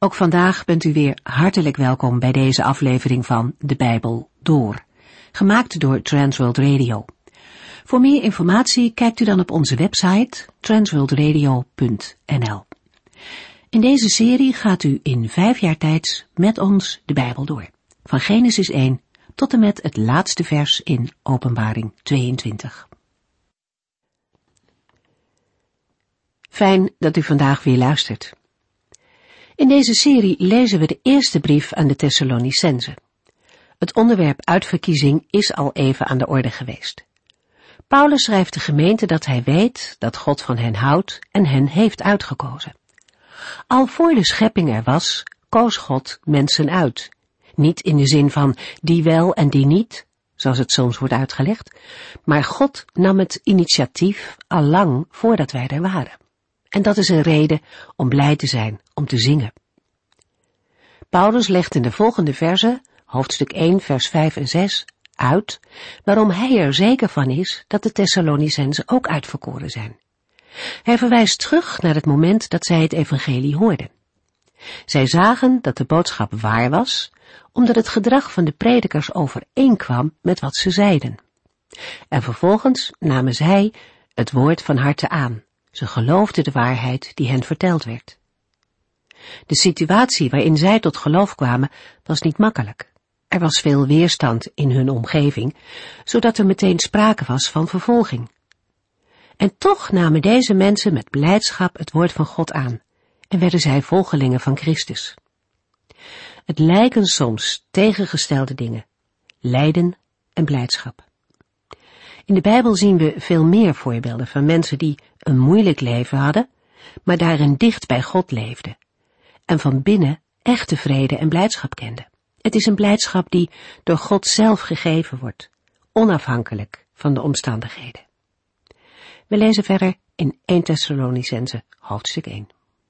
Ook vandaag bent u weer hartelijk welkom bij deze aflevering van De Bijbel Door, gemaakt door Transworld Radio. Voor meer informatie kijkt u dan op onze website transworldradio.nl. In deze serie gaat u in 5 jaar tijd met ons de Bijbel door, van Genesis 1 tot en met het laatste vers in Openbaring 22. Fijn dat u vandaag weer luistert. In deze serie lezen we de eerste brief aan de Thessalonicenzen. Het onderwerp uitverkiezing is al even aan de orde geweest. Paulus schrijft de gemeente dat hij weet dat God van hen houdt en hen heeft uitgekozen. Al voor de schepping er was, koos God mensen uit. Niet in de zin van die wel en die niet, zoals het soms wordt uitgelegd, maar God nam het initiatief al lang voordat wij er waren. En dat is een reden om blij te zijn, om te zingen. Paulus legt in de volgende verzen, hoofdstuk 1, vers 5 en 6, uit waarom hij er zeker van is dat de Thessalonicenzen ook uitverkoren zijn. Hij verwijst terug naar het moment dat zij het evangelie hoorden. Zij zagen dat de boodschap waar was, omdat het gedrag van de predikers overeenkwam met wat ze zeiden. En vervolgens namen zij het woord van harte aan. Ze geloofden de waarheid die hen verteld werd. De situatie waarin zij tot geloof kwamen was niet makkelijk. Er was veel weerstand in hun omgeving, zodat er meteen sprake was van vervolging. En toch namen deze mensen met blijdschap het woord van God aan en werden zij volgelingen van Christus. Het lijken soms tegengestelde dingen, lijden en blijdschap. In de Bijbel zien we veel meer voorbeelden van mensen die een moeilijk leven hadden, maar daarin dicht bij God leefden en van binnen echte vrede en blijdschap kenden. Het is een blijdschap die door God zelf gegeven wordt, onafhankelijk van de omstandigheden. We lezen verder in 1 Thessalonicenzen, hoofdstuk 1.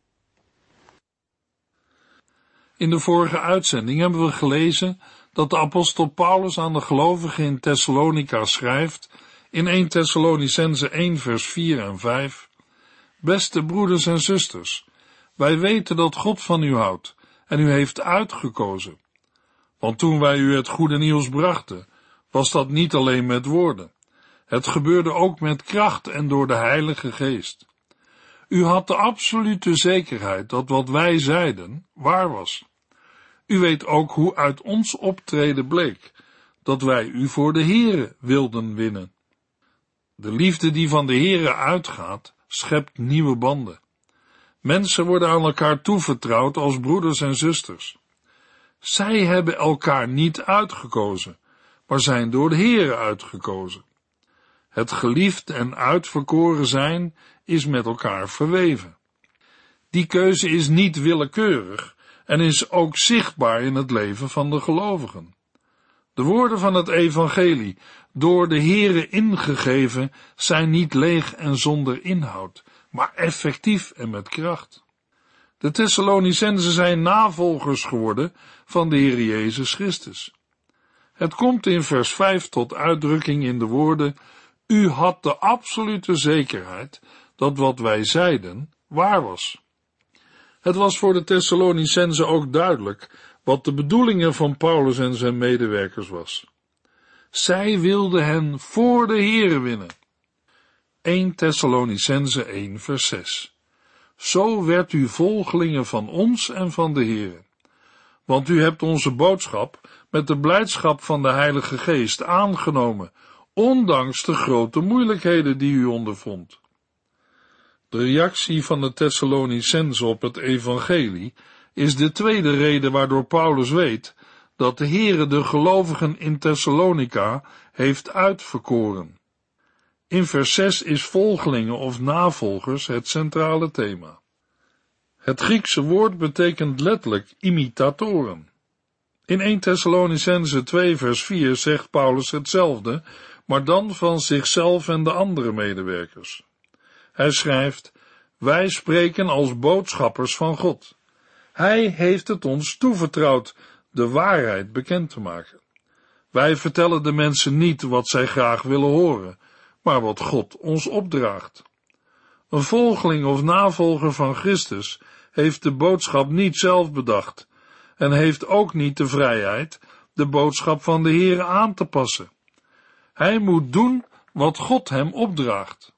In de vorige uitzending hebben we gelezen dat de apostel Paulus aan de gelovigen in Thessalonica schrijft in 1 Thessalonicenzen 1 vers 4 en 5. Beste broeders en zusters, wij weten dat God van u houdt en u heeft uitgekozen. Want toen wij u het goede nieuws brachten, was dat niet alleen met woorden. Het gebeurde ook met kracht en door de Heilige Geest. U had de absolute zekerheid dat wat wij zeiden waar was. U weet ook hoe uit ons optreden bleek, dat wij u voor de Here wilden winnen. De liefde die van de Here uitgaat, schept nieuwe banden. Mensen worden aan elkaar toevertrouwd als broeders en zusters. Zij hebben elkaar niet uitgekozen, maar zijn door de Here uitgekozen. Het geliefd en uitverkoren zijn is met elkaar verweven. Die keuze is niet willekeurig en is ook zichtbaar in het leven van de gelovigen. De woorden van het evangelie, door de Here ingegeven, zijn niet leeg en zonder inhoud, maar effectief en met kracht. De Thessalonicenzen zijn navolgers geworden van de Heer Jezus Christus. Het komt in vers 5 tot uitdrukking in de woorden: u had de absolute zekerheid dat wat wij zeiden waar was. Het was voor de Thessalonicenzen ook duidelijk wat de bedoelingen van Paulus en zijn medewerkers was. Zij wilden hen voor de Here winnen. 1 Thessalonicenzen 1 vers 6. Zo werd u volgelingen van ons en van de Here. Want u hebt onze boodschap met de blijdschap van de Heilige Geest aangenomen, ondanks de grote moeilijkheden die u ondervond. De reactie van de Thessalonicenzen op het evangelie is de tweede reden waardoor Paulus weet dat de Heere de gelovigen in Thessalonica heeft uitverkoren. In vers 6 is volgelingen of navolgers het centrale thema. Het Griekse woord betekent letterlijk imitatoren. In 1 Thessalonicenzen 2 vers 4 zegt Paulus hetzelfde, maar dan van zichzelf en de andere medewerkers. Hij schrijft: wij spreken als boodschappers van God. Hij heeft het ons toevertrouwd de waarheid bekend te maken. Wij vertellen de mensen niet wat zij graag willen horen, maar wat God ons opdraagt. Een volgeling of navolger van Christus heeft de boodschap niet zelf bedacht en heeft ook niet de vrijheid de boodschap van de Heere aan te passen. Hij moet doen wat God hem opdraagt.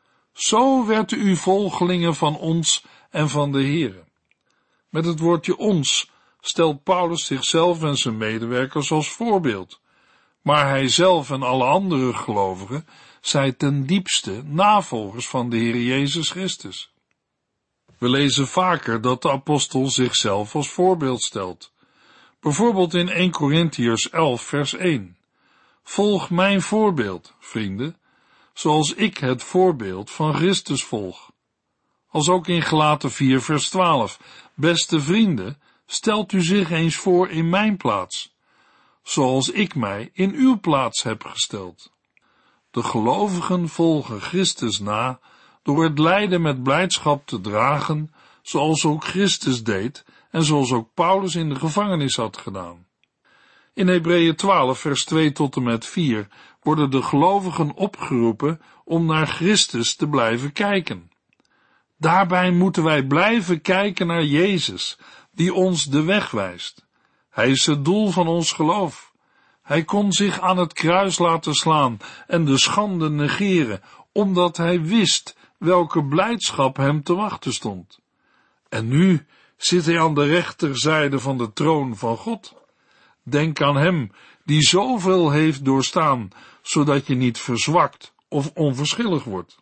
Zo werd u volgelingen van ons en van de Heere. Met het woordje ons stelt Paulus zichzelf en zijn medewerkers als voorbeeld, maar hij zelf en alle andere gelovigen zijn ten diepste navolgers van de Heere Jezus Christus. We lezen vaker dat de apostel zichzelf als voorbeeld stelt. Bijvoorbeeld in 1 Korintiërs 11 vers 1. Volg mijn voorbeeld, vrienden, zoals ik het voorbeeld van Christus volg. Als ook in Galaten 4 vers 12. Beste vrienden, stelt u zich eens voor in mijn plaats, zoals ik mij in uw plaats heb gesteld. De gelovigen volgen Christus na door het lijden met blijdschap te dragen, zoals ook Christus deed en zoals ook Paulus in de gevangenis had gedaan. In Hebreeën 12 vers 2 tot en met 4 worden de gelovigen opgeroepen om naar Christus te blijven kijken. Daarbij moeten wij blijven kijken naar Jezus, die ons de weg wijst. Hij is het doel van ons geloof. Hij kon zich aan het kruis laten slaan en de schande negeren, omdat hij wist welke blijdschap hem te wachten stond. En nu zit hij aan de rechterzijde van de troon van God. Denk aan hem, die zoveel heeft doorstaan, zodat je niet verzwakt of onverschillig wordt.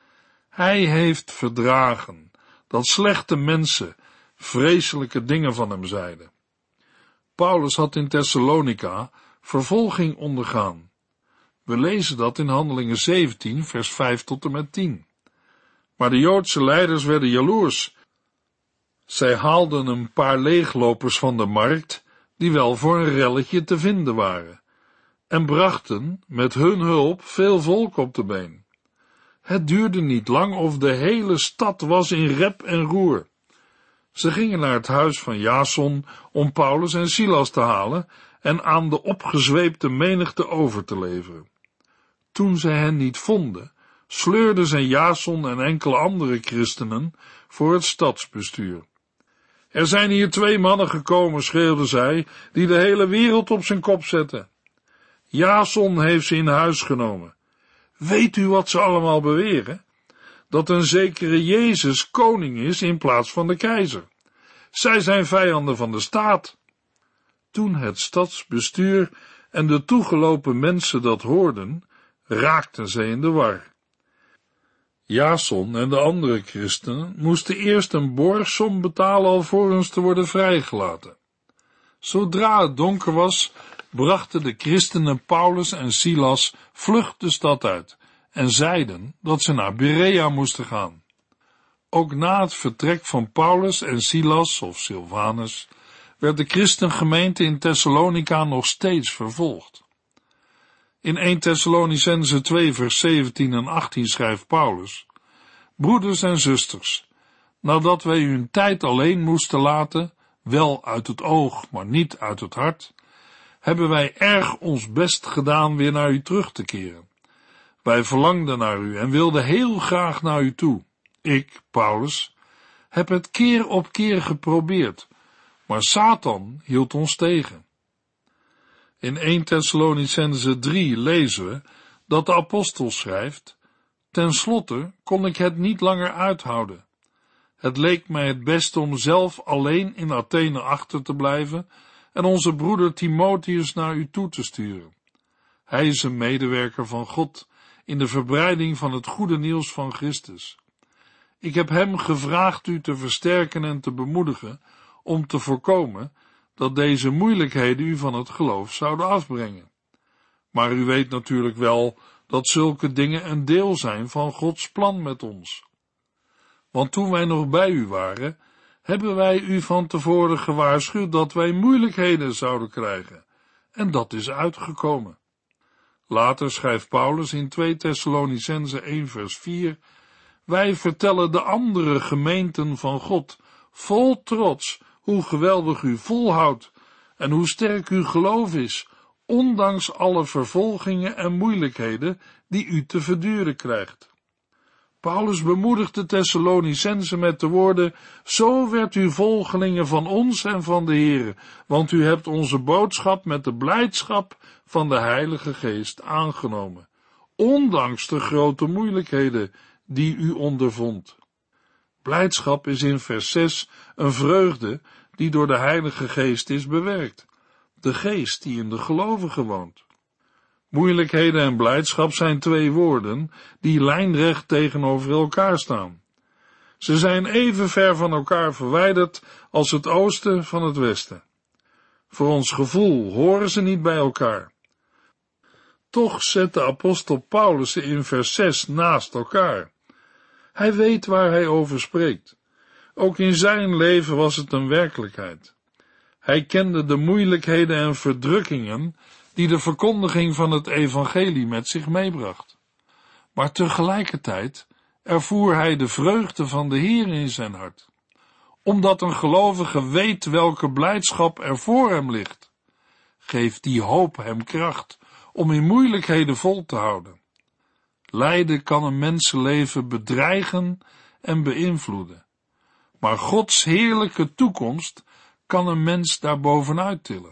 Hij heeft verdragen dat slechte mensen vreselijke dingen van hem zeiden. Paulus had in Thessalonica vervolging ondergaan. We lezen dat in Handelingen 17, vers 5 tot en met 10. Maar de Joodse leiders werden jaloers. Zij haalden een paar leeglopers van de markt, die wel voor een relletje te vinden waren, en brachten met hun hulp veel volk op de been. Het duurde niet lang of de hele stad was in rep en roer. Ze gingen naar het huis van Jason om Paulus en Silas te halen en aan de opgezweepte menigte over te leveren. Toen zij hen niet vonden, sleurden zij Jason en enkele andere christenen voor het stadsbestuur. Er zijn hier 2 mannen gekomen, schreeuwden zij, die de hele wereld op zijn kop zetten. Jason heeft ze in huis genomen. Weet u wat ze allemaal beweren? Dat een zekere Jezus koning is in plaats van de keizer. Zij zijn vijanden van de staat. Toen het stadsbestuur en de toegelopen mensen dat hoorden, raakten zij in de war. Jason en de andere christenen moesten eerst een borgsom betalen alvorens te worden vrijgelaten. Zodra het donker was, brachten de christenen Paulus en Silas vlug de stad uit en zeiden dat ze naar Berea moesten gaan. Ook na het vertrek van Paulus en Silas of Silvanus werd de christengemeente in Thessalonica nog steeds vervolgd. In 1 Thessalonicenzen 2 vers 17 en 18 schrijft Paulus: Broeders en zusters, nadat wij u een tijd alleen moesten laten, wel uit het oog, maar niet uit het hart, hebben wij erg ons best gedaan weer naar u terug te keren. Wij verlangden naar u en wilden heel graag naar u toe. Ik, Paulus, heb het keer op keer geprobeerd, maar Satan hield ons tegen. In 1 Thessalonicenzen 3 lezen we dat de apostel schrijft: Ten slotte kon ik het niet langer uithouden. Het leek mij het beste om zelf alleen in Athene achter te blijven en onze broeder Timotheus naar u toe te sturen. Hij is een medewerker van God in de verbreiding van het goede nieuws van Christus. Ik heb hem gevraagd u te versterken en te bemoedigen om te voorkomen dat deze moeilijkheden u van het geloof zouden afbrengen. Maar u weet natuurlijk wel dat zulke dingen een deel zijn van Gods plan met ons. Want toen wij nog bij u waren, hebben wij u van tevoren gewaarschuwd dat wij moeilijkheden zouden krijgen, en dat is uitgekomen. Later schrijft Paulus in 2 Thessalonicenzen 1 vers 4, wij vertellen de andere gemeenten van God vol trots hoe geweldig u volhoudt en hoe sterk uw geloof is, ondanks alle vervolgingen en moeilijkheden die u te verduren krijgt. Paulus bemoedigt de Thessalonicenzen met de woorden: zo werd u volgelingen van ons en van de Here, want u hebt onze boodschap met de blijdschap van de Heilige Geest aangenomen, ondanks de grote moeilijkheden die u ondervond. Blijdschap is in vers 6 een vreugde die door de Heilige Geest is bewerkt, de Geest die in de gelovigen woont. Moeilijkheden en blijdschap zijn twee woorden die lijnrecht tegenover elkaar staan. Ze zijn even ver van elkaar verwijderd als het oosten van het westen. Voor ons gevoel horen ze niet bij elkaar. Toch zet de apostel Paulus ze in vers 6 naast elkaar. Hij weet waar hij over spreekt. Ook in zijn leven was het een werkelijkheid. Hij kende de moeilijkheden en verdrukkingen die de verkondiging van het evangelie met zich meebracht. Maar tegelijkertijd ervoer hij de vreugde van de Heer in zijn hart. Omdat een gelovige weet welke blijdschap er voor hem ligt, geeft die hoop hem kracht om in moeilijkheden vol te houden. Lijden kan een mensenleven bedreigen en beïnvloeden, maar Gods heerlijke toekomst kan een mens daarbovenuit tillen.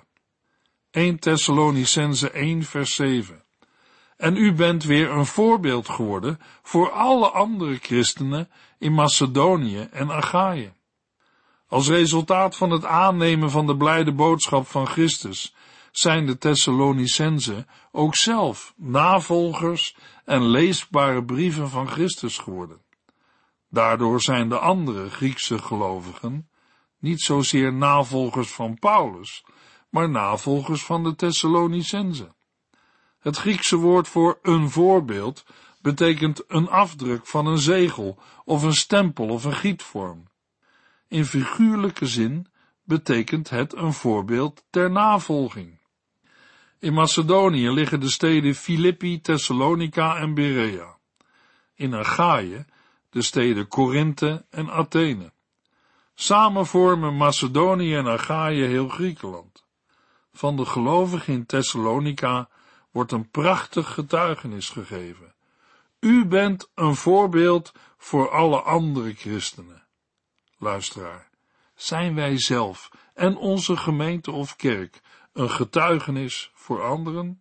1 Thessalonicenzen 1 vers 7. En u bent weer een voorbeeld geworden voor alle andere christenen in Macedonië en Achaïe. Als resultaat van het aannemen van de blijde boodschap van Christus zijn de Thessalonicenzen ook zelf navolgers en leesbare brieven van Christus geworden. Daardoor zijn de andere Griekse gelovigen niet zozeer navolgers van Paulus, maar navolgers van de Thessalonicenzen. Het Griekse woord voor een voorbeeld betekent een afdruk van een zegel of een stempel of een gietvorm. In figuurlijke zin betekent het een voorbeeld ter navolging. In Macedonië liggen de steden Filippi, Thessalonica en Berea. In Achaïe de steden Korinthe en Athene. Samen vormen Macedonië en Achaïe heel Griekenland. Van de gelovigen in Thessalonica wordt een prachtig getuigenis gegeven. U bent een voorbeeld voor alle andere christenen. Luisteraar, zijn wij zelf en onze gemeente of kerk een getuigenis voor anderen?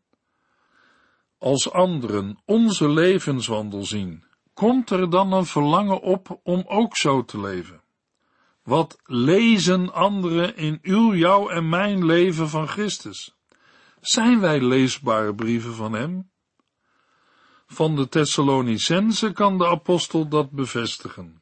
Als anderen onze levenswandel zien, komt er dan een verlangen op om ook zo te leven? Wat lezen anderen in jouw en mijn leven van Christus? Zijn wij leesbare brieven van hem? Van de Thessalonicenzen kan de apostel dat bevestigen.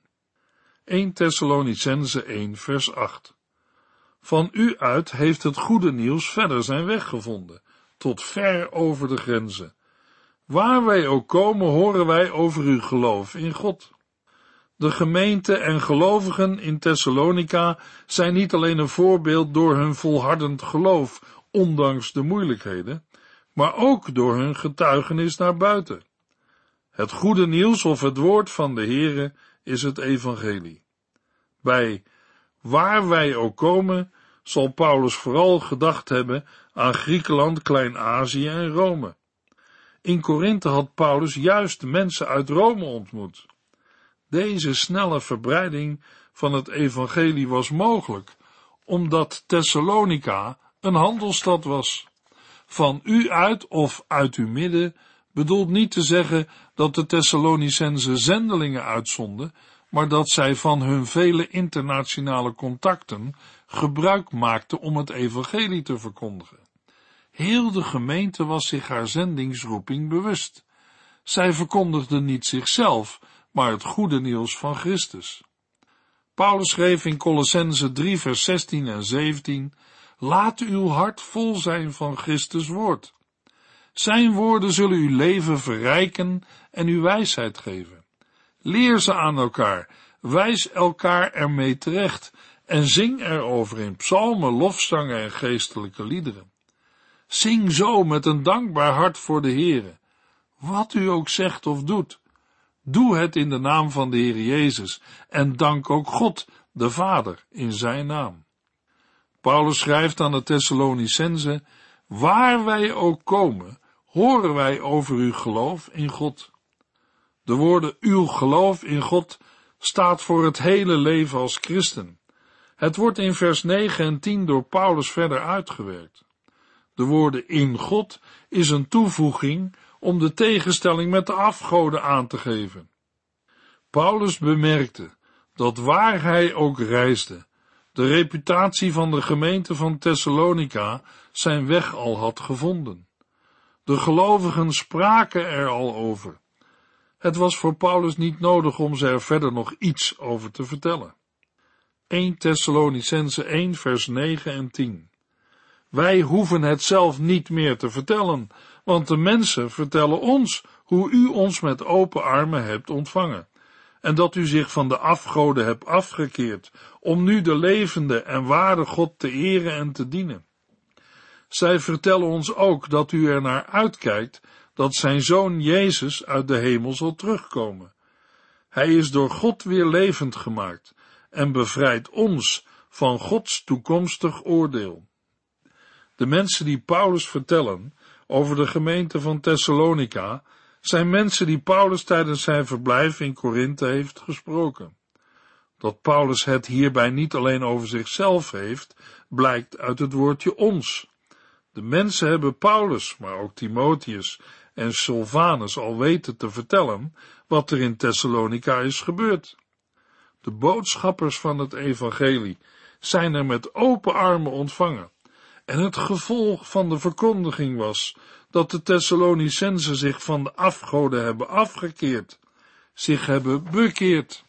1 Thessalonicenzen 1 vers 8. Van u uit heeft het goede nieuws verder zijn weg gevonden, tot ver over de grenzen. Waar wij ook komen, horen wij over uw geloof in God. De gemeente en gelovigen in Thessalonica zijn niet alleen een voorbeeld door hun volhardend geloof, ondanks de moeilijkheden, maar ook door hun getuigenis naar buiten. Het goede nieuws of het woord van de Heere is het evangelie. Bij waar wij ook komen, zal Paulus vooral gedacht hebben aan Griekenland, Klein-Azië en Rome. In Korinthe had Paulus juist mensen uit Rome ontmoet. Deze snelle verbreiding van het evangelie was mogelijk, omdat Thessalonica een handelsstad was. Van u uit of uit uw midden bedoelt niet te zeggen dat de Thessalonicenzen zendelingen uitzonden, maar dat zij van hun vele internationale contacten gebruik maakten om het evangelie te verkondigen. Heel de gemeente was zich haar zendingsroeping bewust. Zij verkondigden niet zichzelf, maar het goede nieuws van Christus. Paulus schreef in Kolossenzen 3 vers 16 en 17, laat uw hart vol zijn van Christus woord. Zijn woorden zullen uw leven verrijken en uw wijsheid geven. Leer ze aan elkaar, wijs elkaar ermee terecht en zing erover in psalmen, lofzangen en geestelijke liederen. Zing zo met een dankbaar hart voor de Heere. Wat u ook zegt of doet, doe het in de naam van de Heer Jezus en dank ook God, de Vader, in zijn naam. Paulus schrijft aan de Thessalonicenzen, waar wij ook komen, horen wij over uw geloof in God. De woorden uw geloof in God staat voor het hele leven als christen. Het wordt in vers 9 en 10 door Paulus verder uitgewerkt. De woorden in God is een toevoeging om de tegenstelling met de afgoden aan te geven. Paulus bemerkte dat waar hij ook reisde, de reputatie van de gemeente van Thessalonica zijn weg al had gevonden. De gelovigen spraken er al over. Het was voor Paulus niet nodig om ze er verder nog iets over te vertellen. 1 Thessalonicenzen 1 vers 9 en 10. Wij hoeven het zelf niet meer te vertellen, want de mensen vertellen ons hoe u ons met open armen hebt ontvangen, en dat u zich van de afgoden hebt afgekeerd, om nu de levende en ware God te eren en te dienen. Zij vertellen ons ook dat u er naar uitkijkt dat zijn Zoon Jezus uit de hemel zal terugkomen. Hij is door God weer levend gemaakt en bevrijdt ons van Gods toekomstig oordeel. De mensen die Paulus vertellen over de gemeente van Thessalonica zijn mensen die Paulus tijdens zijn verblijf in Korinthe heeft gesproken. Dat Paulus het hierbij niet alleen over zichzelf heeft, blijkt uit het woordje ons. De mensen hebben Paulus, maar ook Timotheus en Silvanus al weten te vertellen wat er in Thessalonica is gebeurd. De boodschappers van het evangelie zijn er met open armen ontvangen. En het gevolg van de verkondiging was dat de Thessalonicenzen zich van de afgoden hebben afgekeerd, zich hebben bekeerd.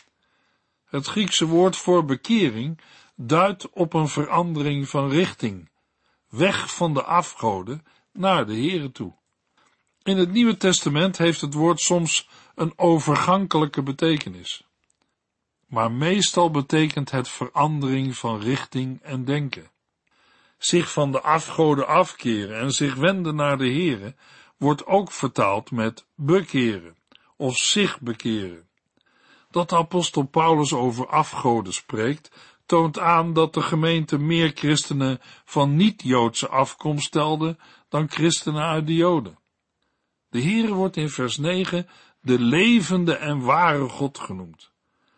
Het Griekse woord voor bekering duidt op een verandering van richting, weg van de afgoden naar de Here toe. In het Nieuwe Testament heeft het woord soms een overgankelijke betekenis, maar meestal betekent het verandering van richting en denken. Zich van de afgoden afkeren en zich wenden naar de Here wordt ook vertaald met bekeren of zich bekeren. Dat de apostel Paulus over afgoden spreekt, toont aan dat de gemeente meer christenen van niet-Joodse afkomst telde dan christenen uit de Joden. De Here wordt in vers 9 de levende en ware God genoemd.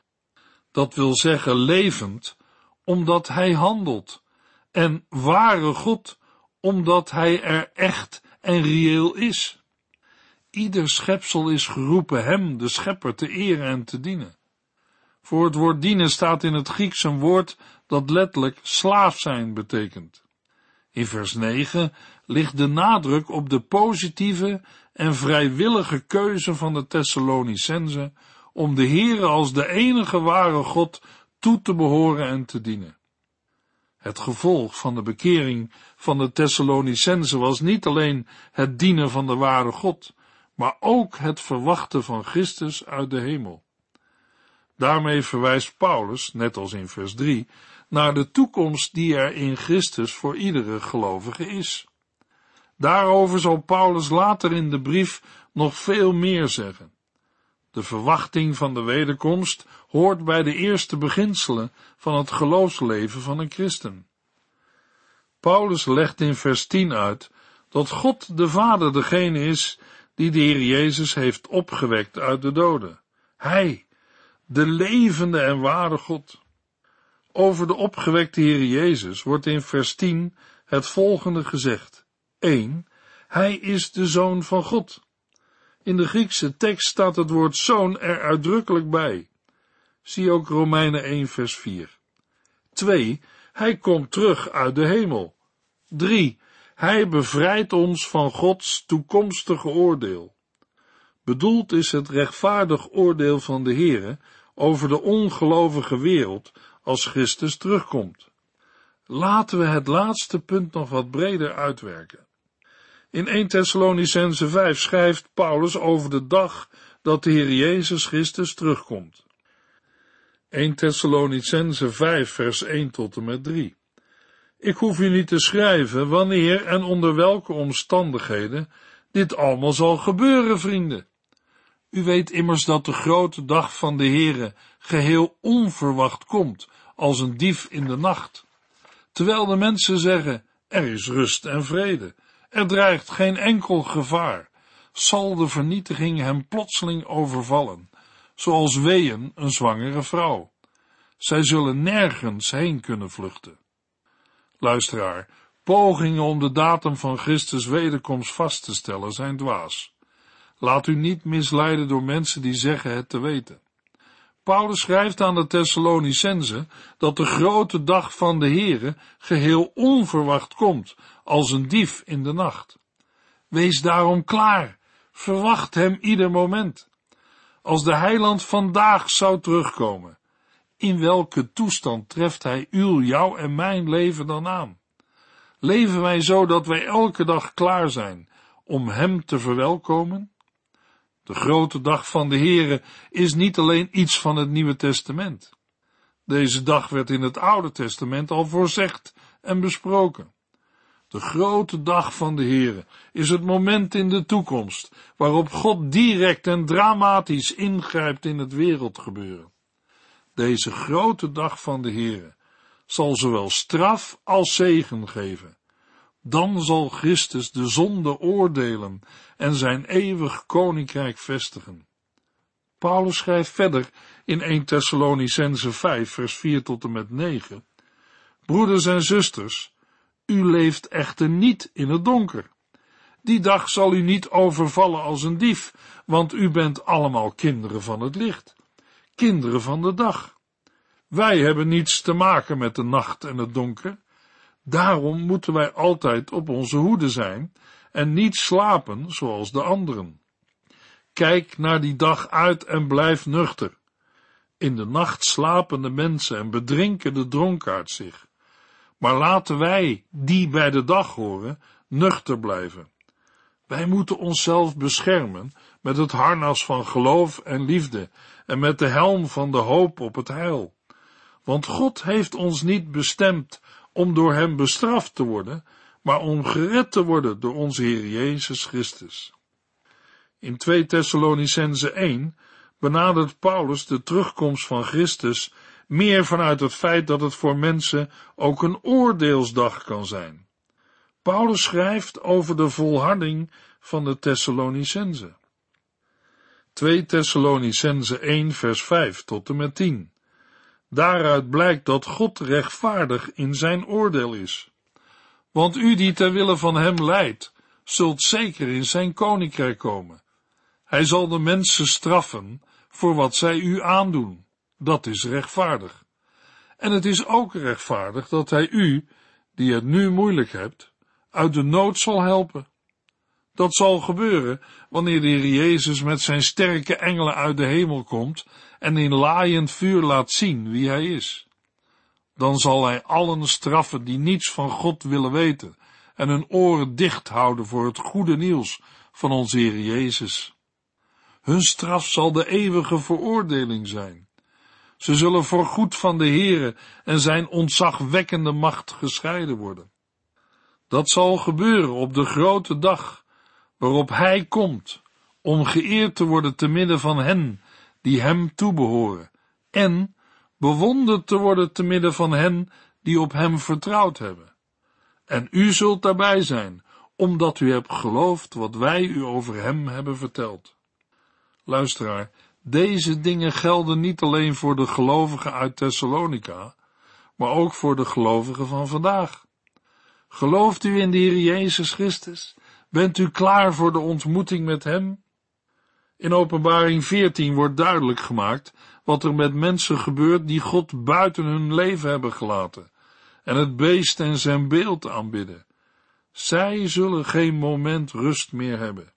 Dat wil zeggen levend, omdat hij handelt, en ware God, omdat hij er echt en reëel is. Ieder schepsel is geroepen hem, de schepper, te eren en te dienen. Voor het woord dienen staat in het Grieks een woord dat letterlijk slaaf zijn betekent. In vers 9 ligt de nadruk op de positieve en vrijwillige keuze van de Thessalonicenzen om de Heere als de enige ware God toe te behoren en te dienen. Het gevolg van de bekering van de Thessalonicenzen was niet alleen het dienen van de ware God, maar ook het verwachten van Christus uit de hemel. Daarmee verwijst Paulus, net als in vers 3, naar de toekomst die er in Christus voor iedere gelovige is. Daarover zal Paulus later in de brief nog veel meer zeggen. De verwachting van de wederkomst hoort bij de eerste beginselen van het geloofsleven van een christen. Paulus legt in vers 10 uit dat God de Vader degene is die de Heer Jezus heeft opgewekt uit de doden. Hij, de levende en ware God. Over de opgewekte Heer Jezus wordt in vers 10 het volgende gezegd. 1. Hij is de Zoon van God. In de Griekse tekst staat het woord zoon er uitdrukkelijk bij. Zie ook Romeinen 1 vers 4. 2. Hij komt terug uit de hemel. 3. Hij bevrijdt ons van Gods toekomstige oordeel. Bedoeld is het rechtvaardig oordeel van de Heere over de ongelovige wereld als Christus terugkomt. Laten we het laatste punt nog wat breder uitwerken. In 1 Thessalonicenzen 5 schrijft Paulus over de dag dat de Heer Jezus Christus terugkomt. 1 Thessalonicenzen 5 vers 1 tot en met 3. Ik hoef u niet te schrijven wanneer en onder welke omstandigheden dit allemaal zal gebeuren, vrienden. U weet immers dat de grote dag van de Heere geheel onverwacht komt, als een dief in de nacht. Terwijl de mensen zeggen, er is rust en vrede, er dreigt geen enkel gevaar, zal de vernietiging hem plotseling overvallen, zoals weeën een zwangere vrouw. Zij zullen nergens heen kunnen vluchten. Luisteraar, pogingen om de datum van Christus wederkomst vast te stellen zijn dwaas. Laat u niet misleiden door mensen die zeggen het te weten. Paulus schrijft aan de Thessalonicenzen dat de grote dag van de Heere geheel onverwacht komt, als een dief in de nacht. Wees daarom klaar, verwacht hem ieder moment. Als de Heiland vandaag zou terugkomen, in welke toestand treft hij jouw en mijn leven dan aan? Leven wij zo dat wij elke dag klaar zijn om hem te verwelkomen? De grote dag van de Heere is niet alleen iets van het Nieuwe Testament. Deze dag werd in het Oude Testament al voorzegd en besproken. De grote dag van de Heere is het moment in de toekomst waarop God direct en dramatisch ingrijpt in het wereldgebeuren. Deze grote dag van de Heere zal zowel straf als zegen geven. Dan zal Christus de zonde oordelen en zijn eeuwig koninkrijk vestigen. Paulus schrijft verder in 1 Thessalonicenzen 5 vers 4 tot en met 9. Broeders en zusters, u leeft echter niet in het donker. Die dag zal u niet overvallen als een dief, want u bent allemaal kinderen van het licht, kinderen van de dag. Wij hebben niets te maken met de nacht en het donker. Daarom moeten wij altijd op onze hoede zijn en niet slapen zoals de anderen. Kijk naar die dag uit en blijf nuchter. In de nacht slapen de mensen en bedrinken de dronkaard zich. Maar laten wij, die bij de dag horen, nuchter blijven. Wij moeten onszelf beschermen met het harnas van geloof en liefde en met de helm van de hoop op het heil. Want God heeft ons niet bestemd om door hem bestraft te worden, maar om gered te worden door onze Heer Jezus Christus. In 2 Thessalonicenzen 1 benadert Paulus de terugkomst van Christus meer vanuit het feit dat het voor mensen ook een oordeelsdag kan zijn. Paulus schrijft over de volharding van de Thessalonicenzen. 2 Thessalonicenzen 1 vers 5 tot en met 10. Daaruit blijkt dat God rechtvaardig in zijn oordeel is. Want u die ter wille van hem lijdt, zult zeker in zijn koninkrijk komen. Hij zal de mensen straffen voor wat zij u aandoen. Dat is rechtvaardig. En het is ook rechtvaardig dat hij u, die het nu moeilijk hebt, uit de nood zal helpen. Dat zal gebeuren wanneer de Heer Jezus met zijn sterke engelen uit de hemel komt en in laaiend vuur laat zien wie hij is. Dan zal hij allen straffen die niets van God willen weten en hun oren dicht houden voor het goede nieuws van onze Heer Jezus. Hun straf zal de eeuwige veroordeling zijn. Ze zullen voorgoed van de Heere en zijn ontzagwekkende macht gescheiden worden. Dat zal gebeuren op de grote dag, waarop hij komt, om geëerd te worden te midden van hen die hem toebehoren, en bewonderd te worden te midden van hen die op hem vertrouwd hebben. En u zult daarbij zijn, omdat u hebt geloofd wat wij u over hem hebben verteld. Luisteraar, deze dingen gelden niet alleen voor de gelovigen uit Thessalonica, maar ook voor de gelovigen van vandaag. Gelooft u in de Heer Jezus Christus? Bent u klaar voor de ontmoeting met hem? In Openbaring 14 wordt duidelijk gemaakt wat er met mensen gebeurt die God buiten hun leven hebben gelaten en het beest en zijn beeld aanbidden. Zij zullen geen moment rust meer hebben.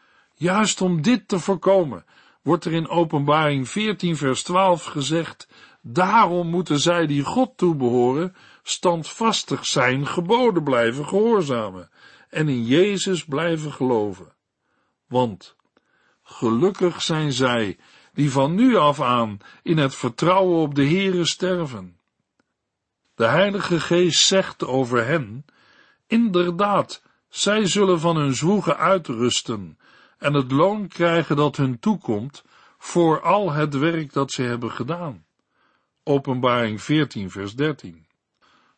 Juist om dit te voorkomen, wordt er in Openbaring 14 vers 12 gezegd, daarom moeten zij die God toebehoren, standvastig zijn geboden blijven gehoorzamen en in Jezus blijven geloven. Want gelukkig zijn zij die van nu af aan in het vertrouwen op de Heere sterven. De Heilige Geest zegt over hen, inderdaad, zij zullen van hun zwoegen uitrusten en het loon krijgen dat hun toekomt voor al het werk dat ze hebben gedaan. Openbaring 14 vers 13.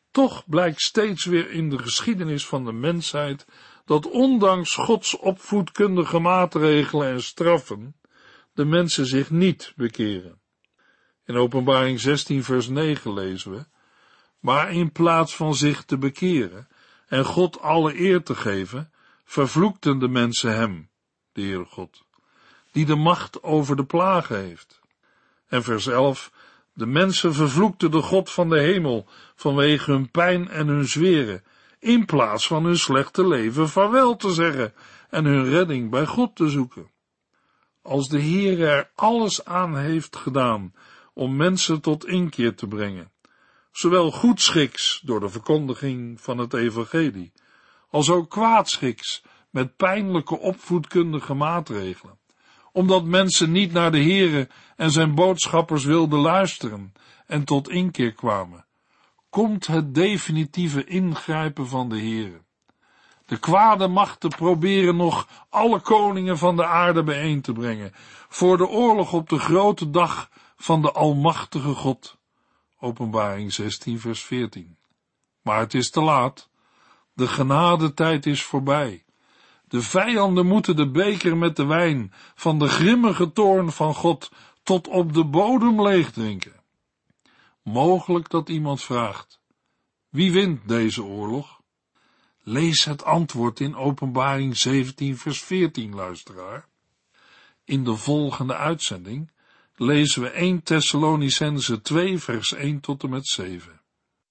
Toch blijkt steeds weer in de geschiedenis van de mensheid dat ondanks Gods opvoedkundige maatregelen en straffen de mensen zich niet bekeren. In Openbaring 16 vers 9 lezen we: maar in plaats van zich te bekeren en God alle eer te geven, vervloekten de mensen hem, de Heere God, die de macht over de plagen heeft. En vers 11: de mensen vervloekten de God van de hemel vanwege hun pijn en hun zweren, in plaats van hun slechte leven vaarwel te zeggen en hun redding bij God te zoeken. Als de Heere er alles aan heeft gedaan om mensen tot inkeer te brengen, zowel goedschiks door de verkondiging van het evangelie, als ook kwaadschiks met pijnlijke opvoedkundige maatregelen, omdat mensen niet naar de Heere en zijn boodschappers wilden luisteren en tot inkeer kwamen, komt het definitieve ingrijpen van de Heere. De kwade machten proberen nog alle koningen van de aarde bijeen te brengen voor de oorlog op de grote dag van de almachtige God. Openbaring 16 vers 14. Maar het is te laat. De genadetijd is voorbij. De vijanden moeten de beker met de wijn van de grimmige toorn van God tot op de bodem leeg drinken. Mogelijk dat iemand vraagt: wie wint deze oorlog? Lees het antwoord in Openbaring 17 vers 14, luisteraar. In de volgende uitzending lezen we 1 Thessalonicenzen 2 vers 1 tot en met 7.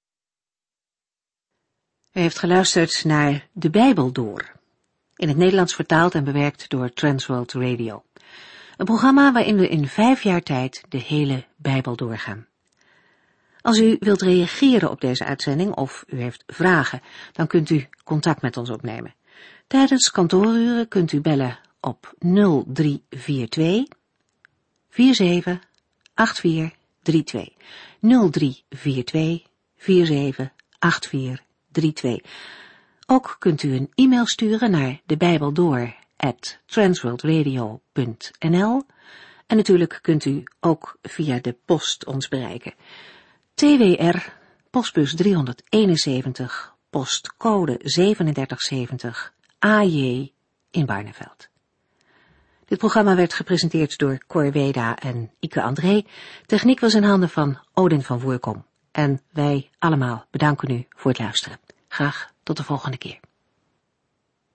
U heeft geluisterd naar De Bijbel Door, in het Nederlands vertaald en bewerkt door Transworld Radio. Een programma waarin we in 5 jaar tijd de hele Bijbel doorgaan. Als u wilt reageren op deze uitzending of u heeft vragen, dan kunt u contact met ons opnemen. Tijdens kantooruren kunt u bellen op 0342 478432. 0342 478432. Ook kunt u een e-mail sturen naar debijbeldoor@transworldradio.nl en natuurlijk kunt u ook via de post ons bereiken. TWR, postbus 371, postcode 3770, AJ in Barneveld. Dit programma werd gepresenteerd door Cor Weda en Ike André. Techniek was in handen van Odin van Voerkom. En wij allemaal bedanken u voor het luisteren. Graag tot de volgende keer.